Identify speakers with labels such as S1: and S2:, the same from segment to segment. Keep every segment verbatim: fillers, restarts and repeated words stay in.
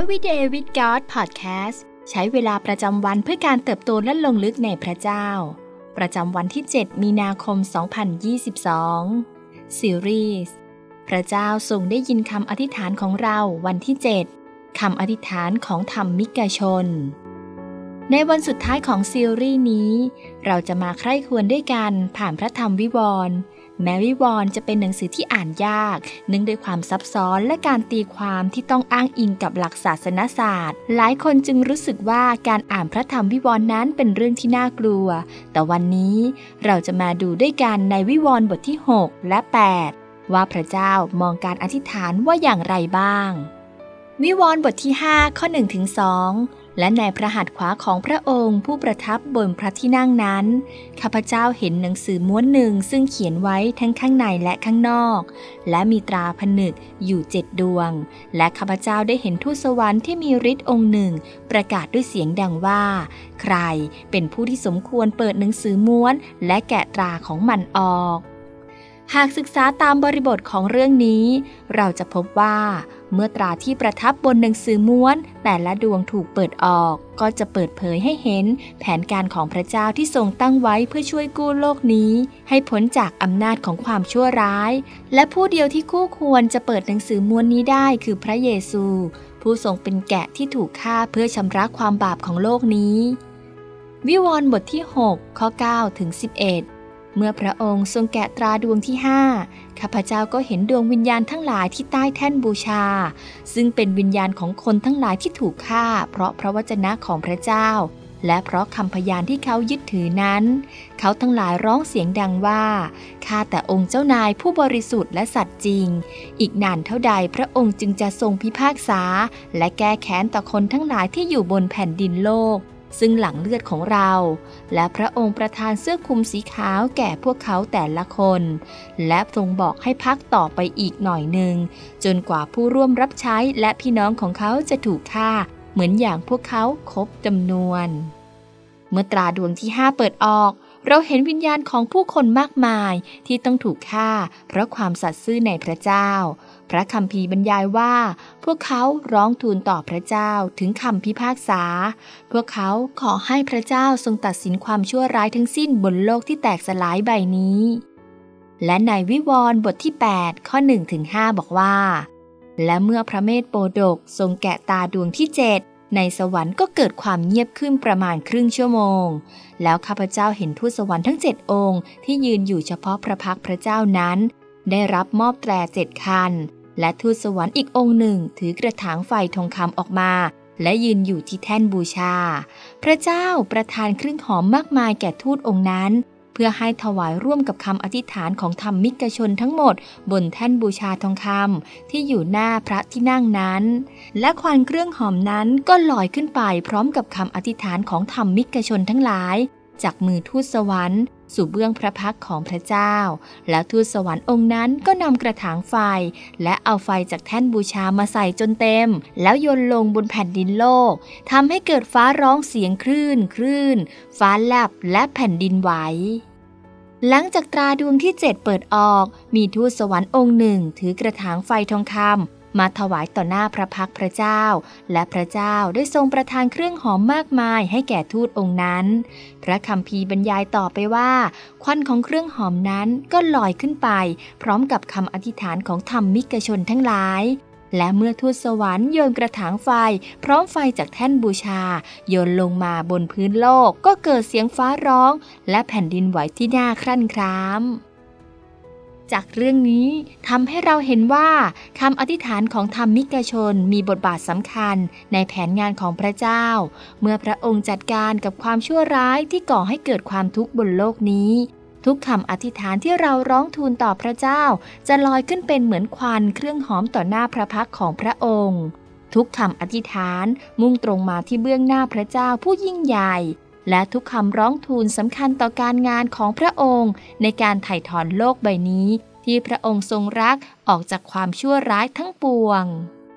S1: Everyday with God Podcast ใช้เวลาประจำวันเพื่อการเติบโตและลงลึกในพระเจ้าประจำวันที่เจ็ดมีนาคมสองพันยี่สิบสองซีรีส์พระเจ้าทรงได้ยินคำอธิษฐานของเราวันที่เจ็ดคำอธิษฐานของธรรมิกชนในวันสุดท้ายของซีรีส์นี้เราจะมาใคร่ครวญด้วยกันผ่านพระธรรมวิวรณ์แม้วิวรณ์จะเป็นหนังสือที่อ่านยากเนื่องด้วยความซับซ้อนและการตีความที่ต้องอ้างอิงกับหลักศาสนศาสตร์หลายคนจึงรู้สึกว่าการอ่านพระธรรมวิวรณ์นั้นเป็นเรื่องที่น่ากลัวแต่วันนี้เราจะมาดูด้วยกันในวิวรณ์บทที่หกและแปดว่าพระเจ้ามองการอธิษฐานว่าอย่างไรบ้างวิวรณ์บทที่ห้าข้อหนึ่งถึงสองและในพระหัตถ์ขวาของพระองค์ผู้ประทับบนพระที่นั่งนั้นข้าพเจ้าเห็นหนังสือม้วนหนึ่งซึ่งเขียนไว้ทั้งข้างในและข้างนอกและมีตราผนึกอยู่เจ็ดดวงและข้าพเจ้าได้เห็นทูตสวรรค์ที่มีฤทธิ์องค์หนึ่งประกาศด้วยเสียงดังว่าใครเป็นผู้ที่สมควรเปิดหนังสือม้วนและแกะตราของมันออกหากศึกษาตามบริบทของเรื่องนี้เราจะพบว่าเมื่อตราที่ประทับบนหนังสือม้วนแต่ละดวงถูกเปิดออกก็จะเปิดเผยให้เห็นแผนการของพระเจ้าที่ทรงตั้งไว้เพื่อช่วยกู้โลกนี้ให้พ้นจากอำนาจของความชั่วร้ายและผู้เดียวที่คู่ควรจะเปิดหนังสือม้วนนี้ได้คือพระเยซูผู้ทรงเป็นแกะที่ถูกฆ่าเพื่อชำระความบาปของโลกนี้วิวรณ์บทที่หกข้อเก้าถึงสิบเอ็ดเมื่อพระองค์ทรงแกะตราดวงที่ห้าข้าพเจ้าก็เห็นดวงวิญญาณทั้งหลายที่ใต้แท่นบูชาซึ่งเป็นวิญญาณของคนทั้งหลายที่ถูกฆ่าเพราะพระวจนะของพระเจ้าและเพราะคำพยานที่เขายึดถือนั้นเขาทั้งหลายร้องเสียงดังว่าข้าแต่องค์เจ้านายผู้บริสุทธิ์และสัตย์จริงอีกนานเท่าใดพระองค์จึงจะทรงพิพากษาและแก้แค้นต่อคนทั้งหลายที่อยู่บนแผ่นดินโลกซึ่งหลั่งเลือดของเราและพระองค์ประทานเสื้อคลุมสีขาวแก่พวกเขาแต่ละคนและทรงบอกให้พักต่อไปอีกหน่อยหนึ่งจนกว่าผู้ร่วมรับใช้และพี่น้องของเขาจะถูกฆ่าเหมือนอย่างพวกเขาครบจำนวนเมื่อตราดวงที่ห้าเปิดออกเราเห็นวิญญาณของผู้คนมากมายที่ต้องถูกฆ่าเพราะความสัตย์ซื่อในพระเจ้าพระคัมภีร์บรรยายว่าพวกเขาร้องทูลต่อพระเจ้าถึงคำพิพากษาพวกเขาขอให้พระเจ้าทรงตัดสินความชั่วร้ายทั้งสิ้นบนโลกที่แตกสลายใบนี้และในวิวรณ์บทที่แปดข้อหนึ่งถึงห้าบอกว่าและเมื่อพระเมธโปดกทรงแกะตาดวงที่เจ็ดในสวรรค์ก็เกิดความเงียบขึ้นประมาณครึ่งชั่วโมงแล้วข้าพเจ้าเห็นทูตสวรรค์ทั้งเจ็ดองค์ที่ยืนอยู่เฉพาะพระพักตร์พระเจ้านั้นได้รับมอบแตรเจ็ดคันและทูตสวรรค์อีกองค์หนึ่งถือกระถางไฟทองคำออกมาและยืนอยู่ที่แท่นบูชาพระเจ้าประทานเครื่องหอมมากมายแก่ทูตองค์นั้นเพื่อให้ถวายร่วมกับคำอธิษฐานของธรรมิกชนทั้งหมดบนแท่นบูชาทองคำที่อยู่หน้าพระที่นั่งนั้นและควันเครื่องหอมนั้นก็ลอยขึ้นไปพร้อมกับคำอธิษฐานของธรรมิกชนทั้งหลายจากมือทูตสวรรค์สู่เบื้องพระพักตร์ของพระเจ้าแล้วทูตสวรรค์องค์นั้นก็นำกระถางไฟและเอาไฟจากแท่นบูชามาใส่จนเต็มแล้วโยนลงบนแผ่นดินโลกทำให้เกิดฟ้าร้องเสียงคลื่นคลื่นฟ้าแลบและแผ่นดินไหวหลังจากตราดวงที่เจ็ดเปิดออกมีทูตสวรรค์องค์หนึ่งถือกระถางไฟทองคำมาถวายต่อหน้าพระพักตร์พระเจ้าและพระเจ้าได้ทรงประทานเครื่องหอมมากมายให้แก่ทูตองค์นั้นพระคัมภีร์บรรยายต่อไปว่าควันของเครื่องหอมนั้นก็ลอยขึ้นไปพร้อมกับคำอธิษฐานของธรรมิกชนทั้งหลายและเมื่อทูตสวรรค์โยนกระถางไฟพร้อมไฟจากแท่นบูชาโยนลงมาบนพื้นโลกก็เกิดเสียงฟ้าร้องและแผ่นดินไหวที่น่าครั่นคร้ามจากเรื่องนี้ทำให้เราเห็นว่าคำอธิษฐานของธรรมิกชนมีบทบาทสำคัญในแผนงานของพระเจ้าเมื่อพระองค์จัดการกับความชั่วร้ายที่ก่อให้เกิดความทุกข์บนโลกนี้ทุกคำอธิษฐานที่เราร้องทูลต่อพระเจ้าจะลอยขึ้นเป็นเหมือนควันเครื่องหอมต่อหน้าพระพักตร์ของพระองค์ทุกคำอธิษฐานมุ่งตรงมาที่เบื้องหน้าพระเจ้าผู้ยิ่งใหญ่และทุกคำร้องทูลสำคัญต่อการงานของพระองค์ในการไถ่ถอนโลกใบนี้ที่พระองค์ทรงรักออกจากความชั่วร้ายทั้งปวง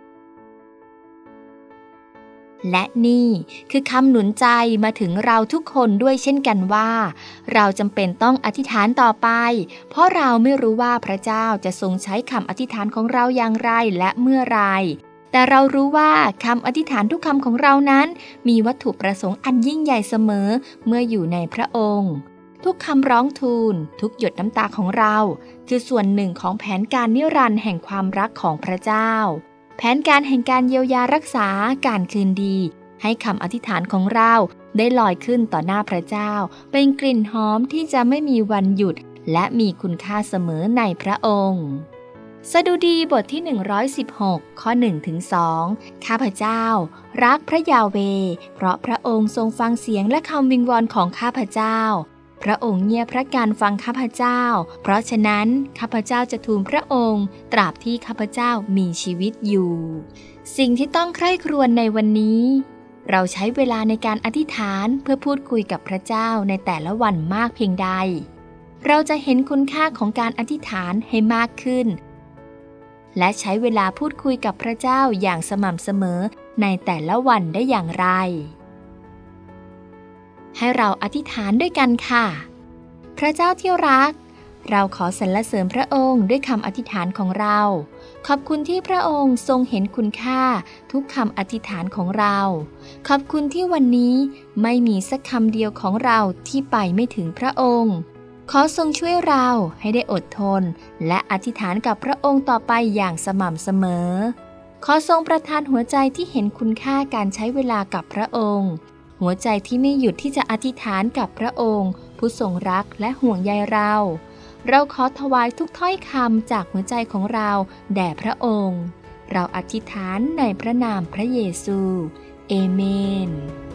S1: และนี่คือคำหนุนใจมาถึงเราทุกคนด้วยเช่นกันว่าเราจำเป็นต้องอธิษฐานต่อไปเพราะเราไม่รู้ว่าพระเจ้าจะทรงใช้คำอธิษฐานของเราอย่างไรและเมื่อไรแต่เรารู้ว่าคำอธิษฐานทุกคำของเรานั้นมีวัตถุประสงค์อันยิ่งใหญ่เสมอเมื่ออยู่ในพระองค์ทุกคำร้องทูลทุกหยดน้ำตาของเราคือส่วนหนึ่งของแผนการนิรันดร์แห่งความรักของพระเจ้าแผนการแห่งการเยียวยารักษาการคืนดีให้คำอธิษฐานของเราได้ลอยขึ้นต่อหน้าพระเจ้าเป็นกลิ่นหอมที่จะไม่มีวันหยุดและมีคุณค่าเสมอในพระองค์สดุดีบทที่หนึ่งร้อยสิบหกข้อหนึ่งถึงสองข้าพเจ้ารักพระยาเวห์เพราะพระองค์ทรงฟังเสียงและคำวิงวอนของข้าพเจ้าพระองค์เงียบพระการฟังข้าพเจ้าเพราะฉะนั้นข้าพเจ้าจะทูลพระองค์ตราบที่ข้าพเจ้ามีชีวิตอยู่สิ่งที่ต้องใคร่ครวญในวันนี้เราใช้เวลาในการอธิษฐานเพื่อพูดคุยกับพระเจ้าในแต่ละวันมากเพียงใดเราจะเห็นคุณค่าของการอธิษฐานให้มากขึ้นและใช้เวลาพูดคุยกับพระเจ้าอย่างสม่ำเสมอในแต่ละวันได้อย่างไรให้เราอธิษฐานด้วยกันค่ะพระเจ้าที่รักเราขอสรรเสริญพระองค์ด้วยคำอธิษฐานของเราขอบคุณที่พระองค์ทรงเห็นคุณค่าทุกคำอธิษฐานของเราขอบคุณที่วันนี้ไม่มีสักคำเดียวของเราที่ไปไม่ถึงพระองค์ขอทรงช่วยเราให้ได้อดทนและอธิษฐานกับพระองค์ต่อไปอย่างสม่ำเสมอขอทรงประทานหัวใจที่เห็นคุณค่าการใช้เวลากับพระองค์หัวใจที่ไม่หยุดที่จะอธิษฐานกับพระองค์ผู้ทรงรักและห่วงใยเราเราขอถวายทุกถ้อยคำจากหัวใจของเราแด่พระองค์เราอธิษฐานในพระนามพระเยซูเอเมน